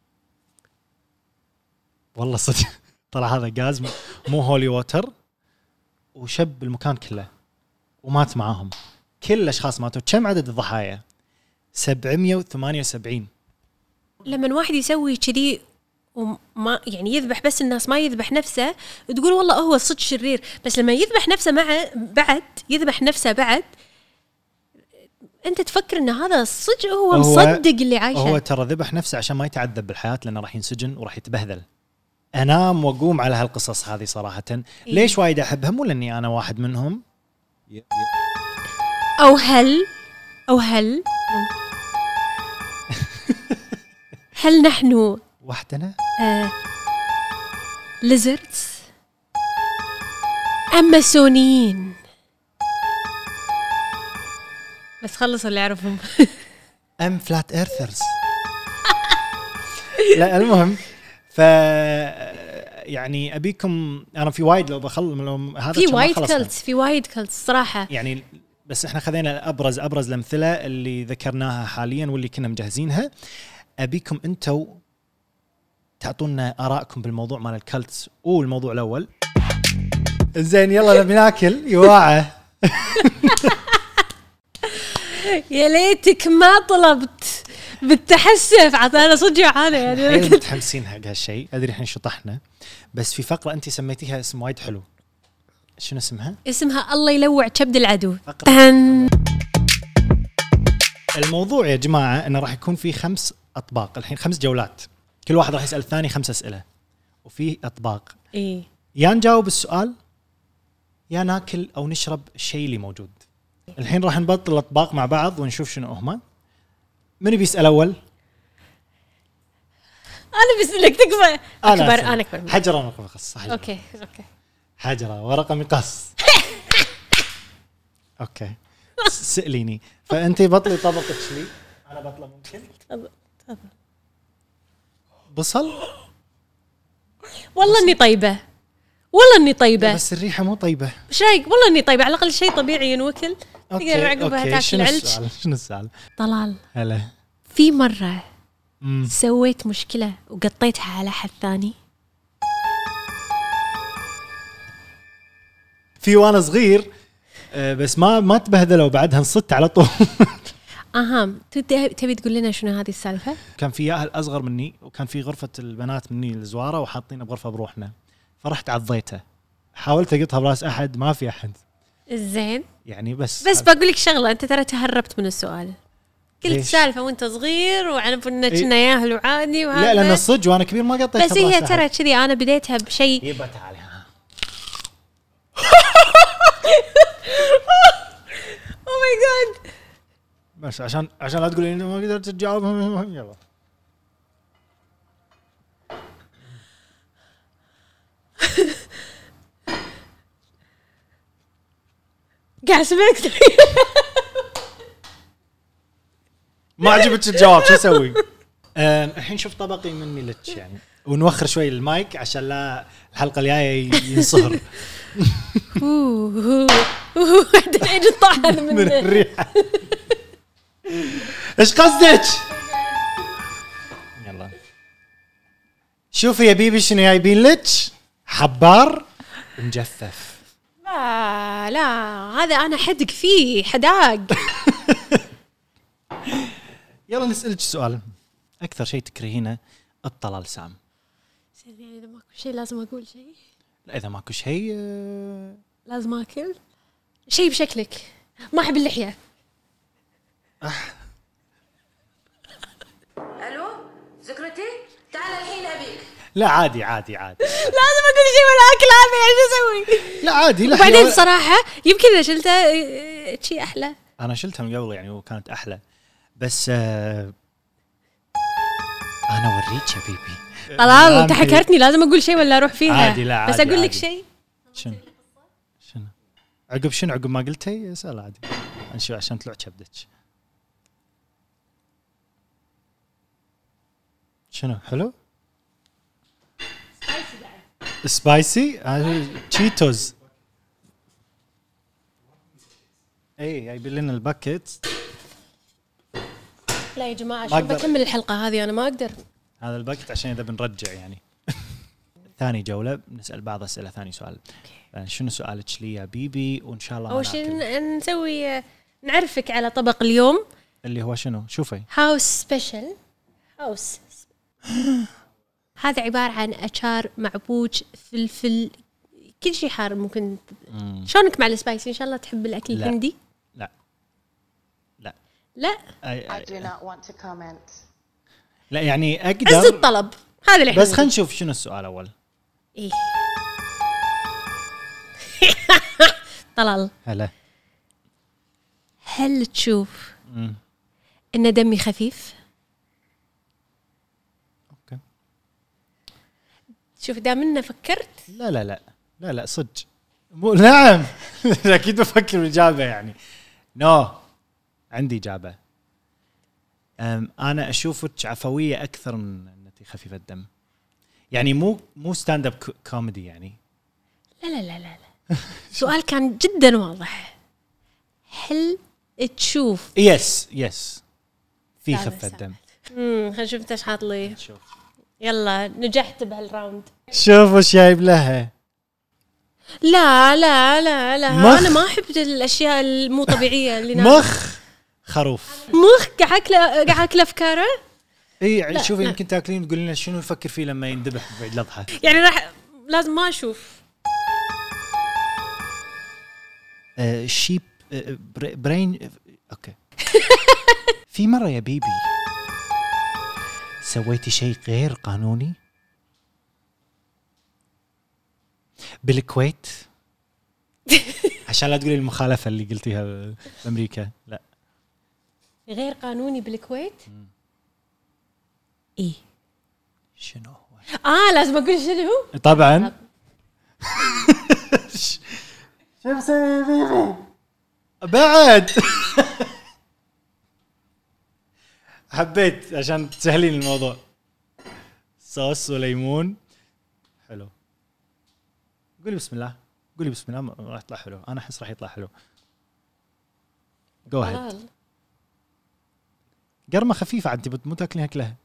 والله صدق طلع هذا غاز مو هولي ووتر، وشب المكان كله ومات معاهم. كل الأشخاص ماتوا. كم عدد الضحايا؟ 778. لما واحد يسوي كذي وما يعني يذبح بس الناس ما يذبح نفسه، تقول والله هو صدق شرير. بس لما يذبح نفسه يذبح نفسه بعد انت تفكر ان هذا صدق هو مصدق اللي عايشه. هو ترى ذبح نفسه عشان ما يتعذب بالحياة، لأنه راح ينسجن وراح يتبهذل. انام واقوم على هالقصص هذه صراحة. ليش وايد احبها؟ مو لاني انا واحد منهم او هل هل نحن وحدنا ليزردز امازونيين؟ بس خلصوا اللي يعرفهم. ام فلات ايرثرز. لا المهم يعني ابيكم انا في وايد لو هذا في وايد كلتس صراحه يعني، بس احنا خذينا ابرز الامثله اللي ذكرناها حاليا واللي كنا مجهزينها. ابيكم انتم تعطونا ارائكم بالموضوع مال الكلتس والموضوع الاول. زين يلا نبي ناكل يواعه. يا ليتك ما طلبت بالتحسف، عطانا صدق جوعانه يعني. متحمسين حق هالشيء. ادري الحين شطحنا، بس في فقره انت سميتيها اسم وايد حلو. شنو اسمها؟ اسمها الله يلوع كبد العدو. الموضوع يا جماعه انه راح يكون في 5 اطباق الحين، 5 جولات، كل واحد راح يسال الثاني 5 اسئله، وفي اطباق يا نجاوب السؤال يا ناكل او نشرب الشيء اللي موجود. الحين راح نبطل الاطباق مع بعض ونشوف شنو هما. من بيسال اول؟ انا بسالك تكفى. انا اكبر. حجره مقص. اوكي حجره ورقه مقص. اوكي سأليني. فانت بطلي طبقك لي، انا بطلب ممكن تفضل. بصل. والله اني طيبه بس الريحه مو طيبه. ايش رايك؟ والله اني طيبه، على الاقل شيء طبيعي ينوكل. تقدر عقبها تاكل علج. شنو السؤال؟ طلال هلا، في مره سويت مشكله وقطيتها على حد ثاني؟ في وانا صغير بس ما تبهذلوا بعدها انصدت على طول. تبي تقول لنا شنو هذه السالفه؟ كان في اهل اصغر مني، وكان في غرفه البنات مني الزواره، وحاطين بغرفه بروحنا، فرحت عضيته، حاولت اقطها براس احد، ما في احد. زين يعني بس بقول لك شغله، انت ترى تهربت من السؤال. قلت سالفه وانت صغير وعنف انك كنا ياهل وعادي وهذا. لا لان الصج وانا كبير ما قطيتها، بس هي ترى كذي. انا بديتها بشيء يبت عليها. او ماي جاد. بس عشان لا تقول انه ما قدرت تجاوب. يلا قاعد اسمعك. ما عجبتك الجواب، شو اسوي؟ الحين شوف طبقي مني لك يعني، ونوخر شوي المايك عشان لا الحلقه الجايه ينصهر. عيد الطاح هذا من الريحه. ايش قصدك؟ يلا شوفي يا بيبي شنو جايبين لك. حبار مجفف. لا هذا انا حدق فيه حداق. يلا نسألك سؤال. اكثر شيء تكرهينه الطلال سام؟ يعني اذا ماكو شيء لازم اقول شيء؟ لا اذا ماكو شيء لازم اكل شيء بشكلك. ما احب اللحيه. الو ذكرتي، تعال الحين ابيك. لا عادي. لازم اقول شيء ولا اكل هذا، يعني شو اسوي؟ لا عادي. وبعدين صراحه يمكن اذا شلتها شيء احلى. انا شلتها من قبل يعني وكانت احلى، بس انا اوريك يا بيبي. طلال انت حكرتني، لازم اقول شيء ولا اروح فيها؟ عادي. لا بس اقول لك شيء. شنو عقب شنو؟ عقب ما قلتي اسال عادي. نشوف عشان طلع كبدك. شنو حلو؟ سبايسي تشيتوز. اي جايبين لنا الباكيت. لا يا جماعه عشان بكمل الحلقه هذه انا ما اقدر. هذا الباكيت عشان اذا بنرجع يعني. ثاني جوله نسال بعض اسئله. ثاني سؤال شنو سؤالك لي يا بيبي؟ وان شاء الله اول شيء نسوي نعرفك على طبق اليوم اللي هو شنو؟ شوفي هاوس سبيشل. هاوس هذا عباره عن اچار، معبوج، فلفل، كل شيء حار ممكن. شلونك مع السبايسي؟ ان شاء الله تحب الاكل الهندي. لا I do not want to comment. لا يعني اقدر عز الطلب هذا اللي بس خلينا نشوف شنو السؤال اول. إيه. طلال هلا، هل تشوف ان دمي خفيف؟ اوكي شوف دامنا فكرت. لا صدق نعم. اكيد بفكر بالاجابه يعني. عندي اجابه. انا اشوفك عفويه اكثر من في خفيف الدم يعني مو ستاند اب كوميدي يعني. لا سؤال كان جدا واضح. هل تشوف يس في ثالث خفة دم. خلينا نشوف انت ايش حاط لي. يلا نجحت بهالراوند. شوف وش جايب لها. لا مخ. انا ما احب الاشياء المو طبيعيه اللي مخ خروف. مخ قاعد اكل افكاره. اي شوفي يمكن تاكلين تقولين لنا شنو يفكر فيه لما ينذبح بعيد الاضحى. يعني راح لازم ما اشوف. شيب برين اوكي. في مره يا بيبي سويتي شيء غير قانوني بالكويت عشان لا تقولي المخالفه اللي قلتيها بامريكا. لا غير قانوني بالكويت. ايه شنو هو؟ لازم اقول شنو. طبعا شو مسوي بيبي بعد. حبيت عشان تسهلين الموضوع. صوص وليمون حلو. قولي بسم الله راح يطلع حلو. انا احس راح يطلع حلو. جو هيد. قرمه خفيفه عاد مو تاكلينها كلها.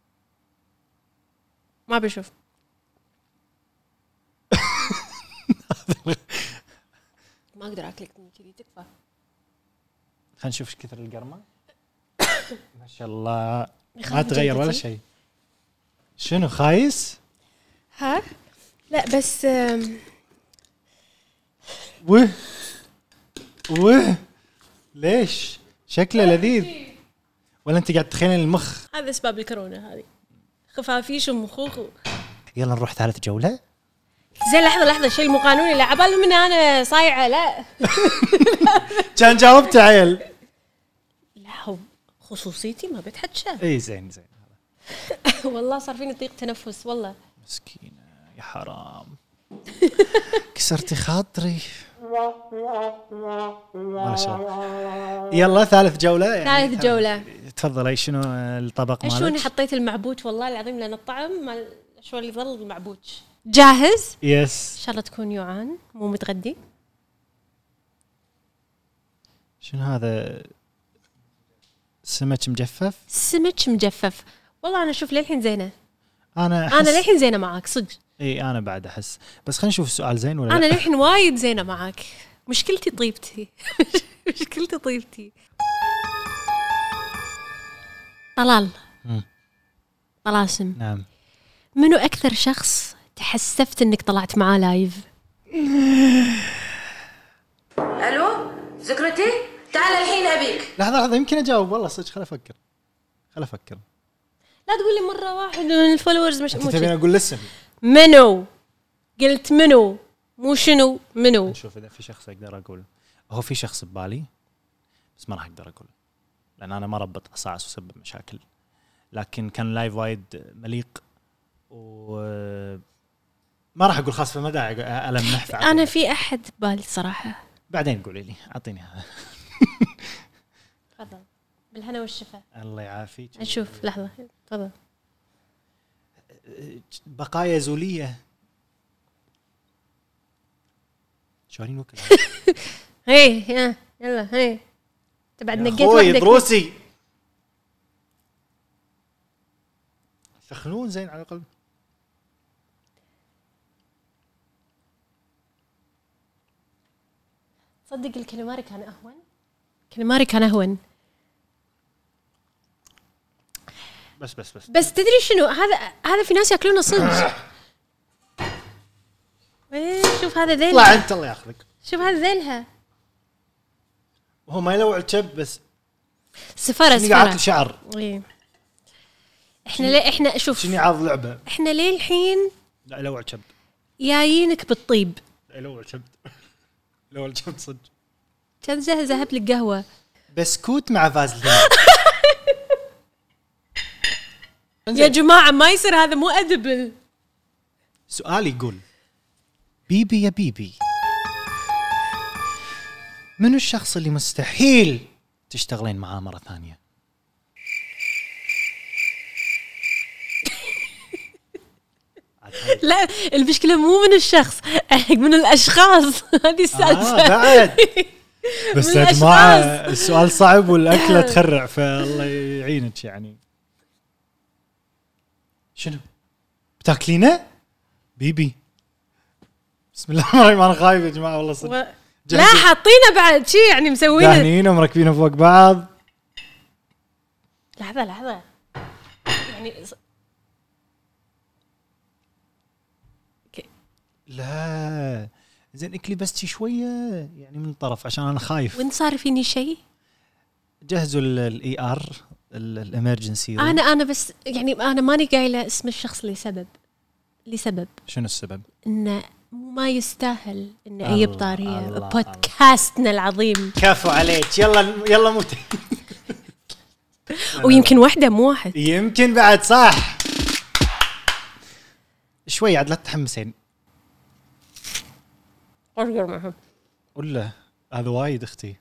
ما بشوف. ما اقدر اكلك كذي تكفى. خلينا نشوف ايش كثر القرمه. ما شاء الله ما تغير ولا شيء. شنو خايس؟ ها لا بس وه ليش شكله لذيذ ولا انت قاعد تخيلين المخ؟ هذا اسباب الكورونا هذه خفافيش ومخوخ. يلا نروح ثالث جوله. زين لحظه شيء مو قانوني. لا عبالهم ان انا صايعه. لا كان جاوبت عيل. لا هو خصوصيتي ما بتحكى. اي زين والله صار فيني ضيق تنفس والله. مسكينه يا حرام. كسرتي خاطري ما شاء الله. يلا ثالث جوله يعني. ثالث جوله تفضلي. شنو الطبق مالك؟ شلوني حطيت المعبوت والله العظيم لان الطعم مال شو اللي ظل المعبوت. جاهز؟ يس. ان شاء الله تكون يوعان مو متغدي. شنو هذا؟ سمك مجفف. والله انا اشوف للحين زينه. انا للحين زينه معاك صدق. اي انا بعد احس. بس خلينا نشوف السؤال زين ولا انا لا. للحين وايد زينه معاك. مشكلتي طيبتي. طلاسم. نعم. منو اكثر شخص تحسفت انك طلعت معاه لايف؟ الو ذكرتي تعال الحين ابيك. لحظه يمكن اجاوب والله صدق. خل افكر. لا تقول لي مره واحد من الفولورز مش انت تبين اقول الاسم. منو قلت منو مو شنو منو. نشوف اذا في شخص اقدر اقول. هو في شخص ببالي بس ما راح اقدر اقول لان انا ما ربط قصاص وسبب مشاكل. لكن كان لايف وايد مليق و ما راح اقول خاص في المدى ألمح. انا في احد ببالي صراحه. بعدين قولي لي اعطيني. تفضل بالهنا والشفا. الله يعافيك. نشوف لحظه تفضل. بقايا زوليه. شلون وكل هي يلا هي تبعد نقيت واحده دروسي. سخنون زين على الاقل. صدق الكاليماري كان اهون. بس تدري شنو هذا في ناس ياكلونه صدق. شوف هذا ذيلها. طلع انت الله ياخذك. شوف هذا ذيلها. هو ما يلوع الكب بس سفرة قاعد شعر. ايه احنا شوف شنو عاض لعبه. احنا ليه الحين لا يلوع الكب. جايينك بالطيب. يلوع الكب. يلوع الكب صدق. كان ذهب لك قهوه بسكوت مع فازلين. يا جماعه ما يصير هذا مو ادبل. سؤالي يقول بيبي يا بيبي منو الشخص اللي مستحيل تشتغلين معاه مرة ثانية؟ لا المشكله مو من الشخص، من الاشخاص. هذه السالفه. بعد بس من يا جماعه الأشخاص. السؤال صعب والاكله تخرع، فالله يعينك يعني. شنو بتاكلينه بيبي؟ بسم الله الرحمن الرحيم. انا خايف يا جماعه والله صدق. لا حاطينه بعد شيء يعني مسوينه. دهنينه ومركبينه فوق بعض. لحظه يعني لا زين اكلي بس شي شويه يعني من الطرف عشان انا خايف. وين صار فيني شيء؟ جهزوا الاي ار الامرجنسي. انا بس يعني انا ماني قايله اسم الشخص لسبب شنو السبب؟ انه ما يستاهل ان الله، اي بطاريه الله، بودكاستنا العظيم. كفو عليك. يلا موت. ويمكن واحده مو واحد. يمكن بعد صح شوي عاد لا تتحمسين. ارجع معهم ولا هذا وايد اختي.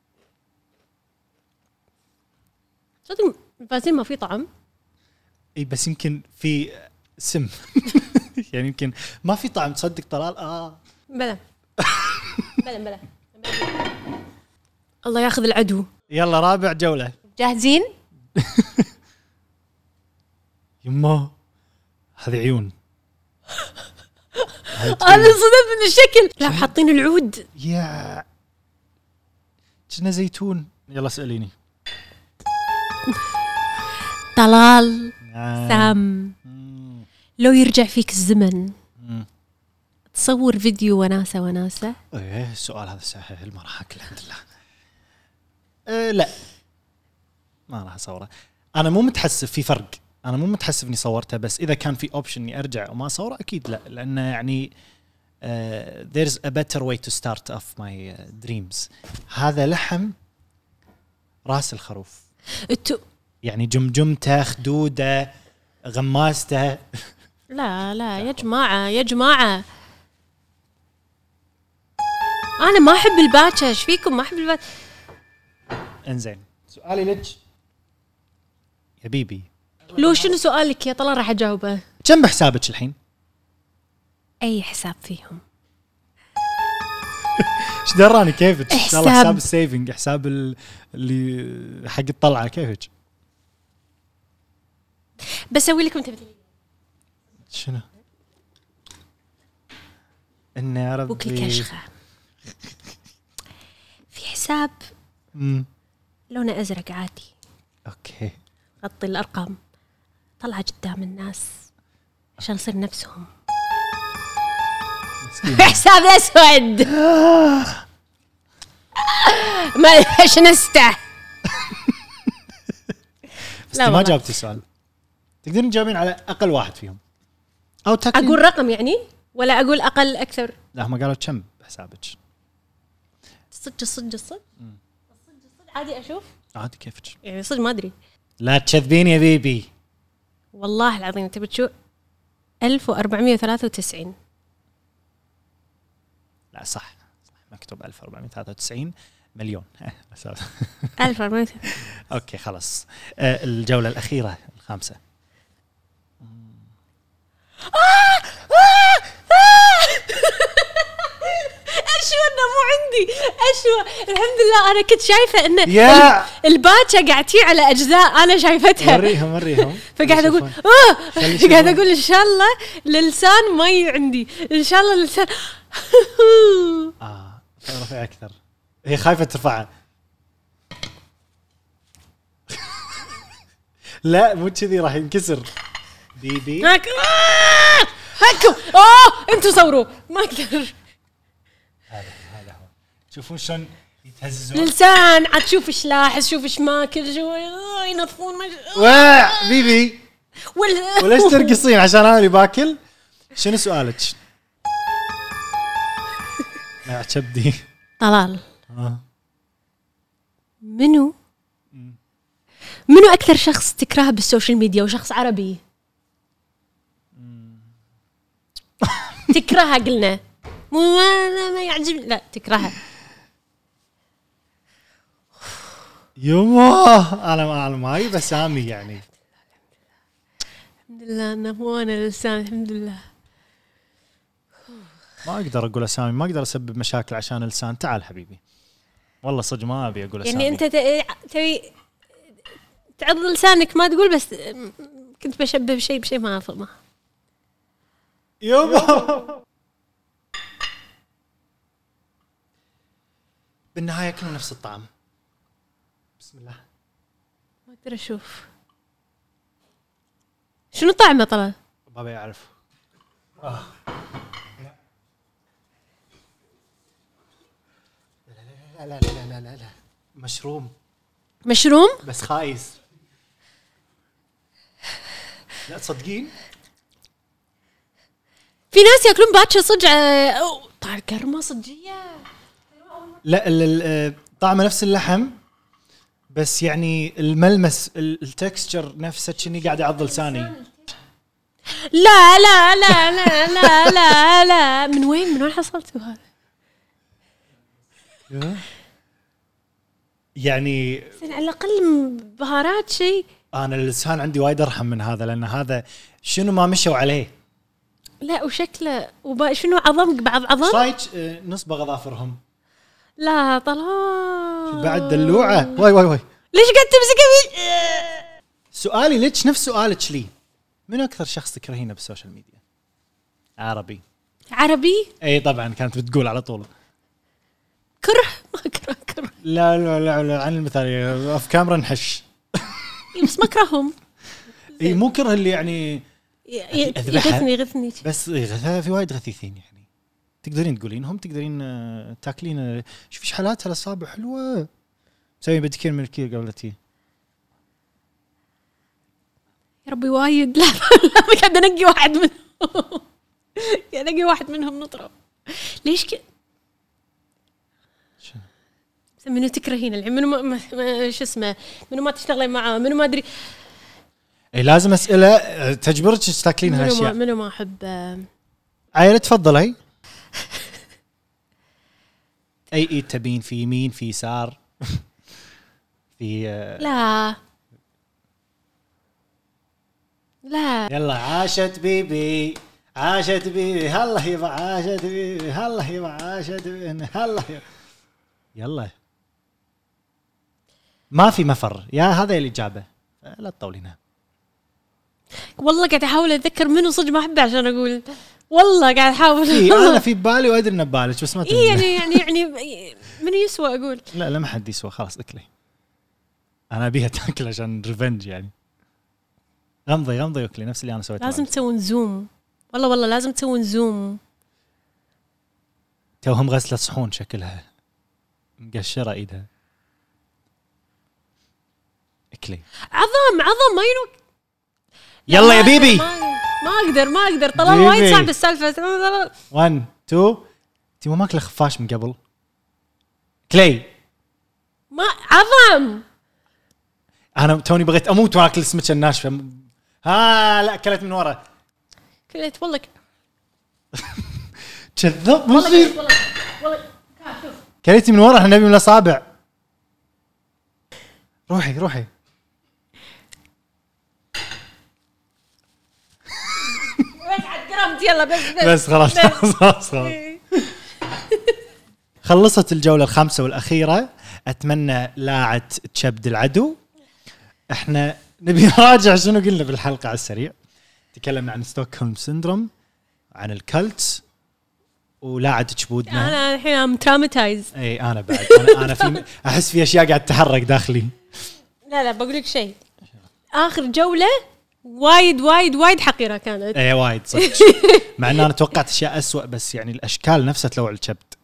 صدق الفازين ما في طعم. اي بس يمكن في سم. يعني يمكن ما في طعم. تصدق طلال بلا الله ياخذ العدو. يلا رابع جولة. جاهزين؟ يما هذه عيون. انا انصدمت من الشكل. لا حاطين العود. يا كنا زيتون. يلا اسأليني. طلال سام، لو يرجع فيك الزمن تصور فيديو وناسة ايه السؤال هذا سهل ما راح اكله الحمد لله. لا ما راح اصوره. انا مو متحسف في فرق. انا مو متحسف اني صورته، بس اذا كان في اوبشن اني ارجع وما اصوره اكيد لا، لانه يعني there's a better way to start off my dreams. هذا لحم راس الخروف يعني جمجمته خدوده غماسته. لا يا جماعة انا ما احب الباتشا. ايش فيكم ما احب الباتشا؟ انزين سؤالي لك يا بيبي. لو شنو سؤالك يا طلال راح اجاوبه. كم بحسابك الحين؟ اي حساب فيهم. ايش دراني كيفك؟ حساب. حساب السيفنج، حساب اللي حق الطلعه كيفك؟ بسوي لكم تبديل. شنو؟ إني يا ربي بوك الكشخة في حساب لونه أزرق عادي. أوكي. غطي الأرقام طلع قدام الناس عشان يصير نفسهم. حساب أسود ما ليش نسته. بس ما جاوبتي السؤال. تقدرين تجاوبين على أقل واحد فيهم أو تاكلين. أقول رقم يعني ولا أقول أقل أكثر؟ لا هم قالوا كم بحسابك. صدق عادي أشوف عادي كيفك يعني صدق ما أدري. لا تكذبين يا بيبي والله العظيم تبي تشوف 1493. لا صح مكتوب 1493 مليون. 1400. أوكي خلاص. الجولة الأخيرة الخامسة. أشوى إنه مو عندي أشوى. الحمد لله أنا كنت شايفة إنه الباتشا قاعد تي على أجزاء أنا شايفتها. وريهم فقاعد أقول قاعد أقول إن شاء الله للسان ما عندي إن شاء الله للسان. رفع أكثر. هي خايفة ترفعها. لا مو كذي راح ينكسر. بيبي هكو انتوا صوروا ما اقدر. هذا هو. شوفون شلون يتهززون. لسان عاد شوف ايش لاحظ شوف ايش ماكل شو ينظفون بيبي وليش ترقصين عشان انا اللي باكل؟ شنو سؤالك؟ لا كبدي. طلال منو اكثر شخص تكرهه بالسوشيال ميديا وشخص عربي تكرهها؟ قلنا مو ما يعجبني لا تكرهها. يما انا ما هي بسامي يعني. الحمد لله انه مو انا لسان. الحمد لله ما اقدر اقول اسامي، ما اقدر اسبب مشاكل عشان اللسان. تعال حبيبي والله صدق ما ابي اقول اسامي. يعني انت تبي تعض لسانك ما تقول، بس كنت بشبه بشيء ما افهمه. يابا بالنهايه كلهم نفس الطعم. بسم الله. ما اقدر اشوف شنو طعمه. طلع بابا يعرف. لا لا لا لا لا لا مشروم بس خايس. لا تصدقين في ناس ياكلون باتشا صدق طعم كرمه صدقيه. لا طعمه نفس اللحم، بس يعني الملمس التكستشر نفسه كأني قاعد اعض لساني. لا لا لا لا لا لا لا من وين حصلتوا هذا؟ يعني على الأقل بهارات شيء. أنا اللسان عندي وايد أرحم من هذا، لأن هذا شنو ما مشوا عليه. لا وشكله شنو عظمك بعض عظم. رايج نصبغ أظافرهم. لا طلال بعد دلوعة. واي ليش قاعد تمسك بي؟ سؤالي ليش نفس سؤالك لي. من أكثر شخص تكرهينه بالسوشيال ميديا؟ عربي. اي طبعا كانت بتقول على طول كره. ما كره لا لا لا, لا عن المثالية في كاميرا نحش. بس ما كرههم. اي مو كره اللي يعني يغثني بس يغثها. في وايد غثيثين يعني تقدرين تقولينهم، تقدرين تاكلين. شوفي حالاتها الاصابع حلوه. مسوي بدكير من الكير قبلتي. يا ربي وايد. لا قاعد انقي واحد منهم. قاعد انقي واحد منهم نطرب. ليش كذا؟ منو تكرهين الحين؟ منو شو اسمه؟ منو ما تشتغلين معاه؟ منو ما ادري. اي لازم اسئله تجبرك تاكلين هالاشياء. منو ما احب. عيله تفضلي. اي تبين في يمين في يسار في لا يلا عاشت بيبي هلا يبا عاشت بيبي هلا يبا عاشت بيبي هلا يلا ما في مفر يا هذا الإجابة. لا تطولينها. والله قاعد احاول اتذكر منو صدق ما احبه عشان اقول. والله قاعد احاول. انا في بالي وادري انه ببالك بس ما يعني من يسوى اقول. لا ما حد يسوى خلاص اكلي. انا ابيها تاكل عشان ريفنج يعني. غمضي اكلي نفس اللي انا سويته. لازم تسوون زوم. والله لازم تسوون زوم. توهم غسلة صحون شكلها مقشرة ايدها. اكلي عظم ما ينوك. يلا يا بيبي. ما اقدر طلال وايد صعب السالفه. 1 2 انت ما ماكله خفاش من قبل. كلي ما عظم. انا توني بغيت اموت واكل السمكه الناشفه. لا اكلت من ورا. كليت والله كذاب. والله كليتي من ورا. احنا نبي من الاصابع. روحي يلا بس خلاص. خلصت الجولة الخامسة والأخيرة. أتمنى لاعة تشبد العدو. احنا نبي نراجع شنو قلنا بالحلقة على السريع. تكلمنا عن ستوكهولم سيندروم، عن الكلت، ولاعة تشبودنا. أنا الحين ام تراماتايز. اي انا بعد انا في احس في اشياء قاعد تتحرك داخلي. لا بقول لك شيء. آخر جولة وايد حقيرة كانت. اي وايد صدق. مع ان انا توقعت اشياء أسوأ، بس يعني الاشكال نفسها تلوع الكبد.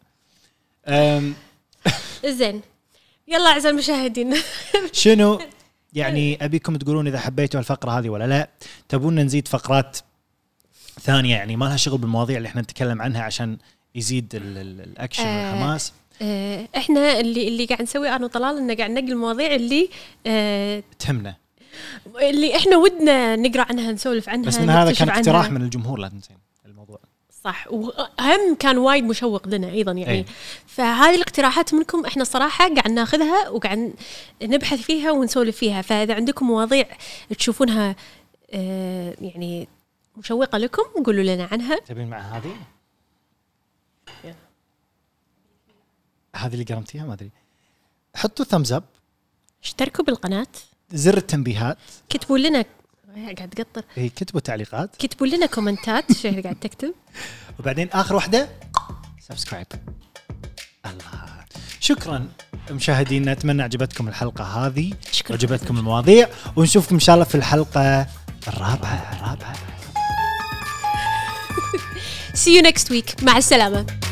زين يلا اعزائي المشاهدين. شنو يعني ابيكم تقولون اذا حبيتوا الفقره هذه ولا لا. تبون نزيد فقرات ثانيه يعني ما لها شغل بالمواضيع اللي احنا نتكلم عنها عشان يزيد الاكشن والحماس. احنا اللي قاعد نسوي انا وطلال انه قاعد ننقل المواضيع اللي تهمنا، اللي احنا ودنا نقرا عنها نسولف عنها. بس من هذا كان اقتراح من الجمهور لا تنسين الموضوع. صح، وهم كان وايد مشوق لنا ايضا يعني. فهذه الاقتراحات منكم احنا صراحه قاعد ناخذها وقاعد نبحث فيها ونسولف فيها. فاذا عندكم مواضيع تشوفونها يعني مشوقه لكم قولوا لنا عنها. تبين مع هذه هذه اللي قرمتيها ما ادري. حطوا ثامز اب، اشتركوا بالقناه، زر التنبيهات، كتبوا لنا قاعد تقطر، كتبوا تعليقات، كتبوا لنا كومنتات شو قاعد تكتب، وبعدين اخر واحده سبسكرايب. الله، شكرا مشاهدينا، اتمنى عجبتكم الحلقه هذه، عجبتكم المواضيع، ونشوفكم ان شاء الله في الحلقه الرابعه. See you next week. مع السلامه.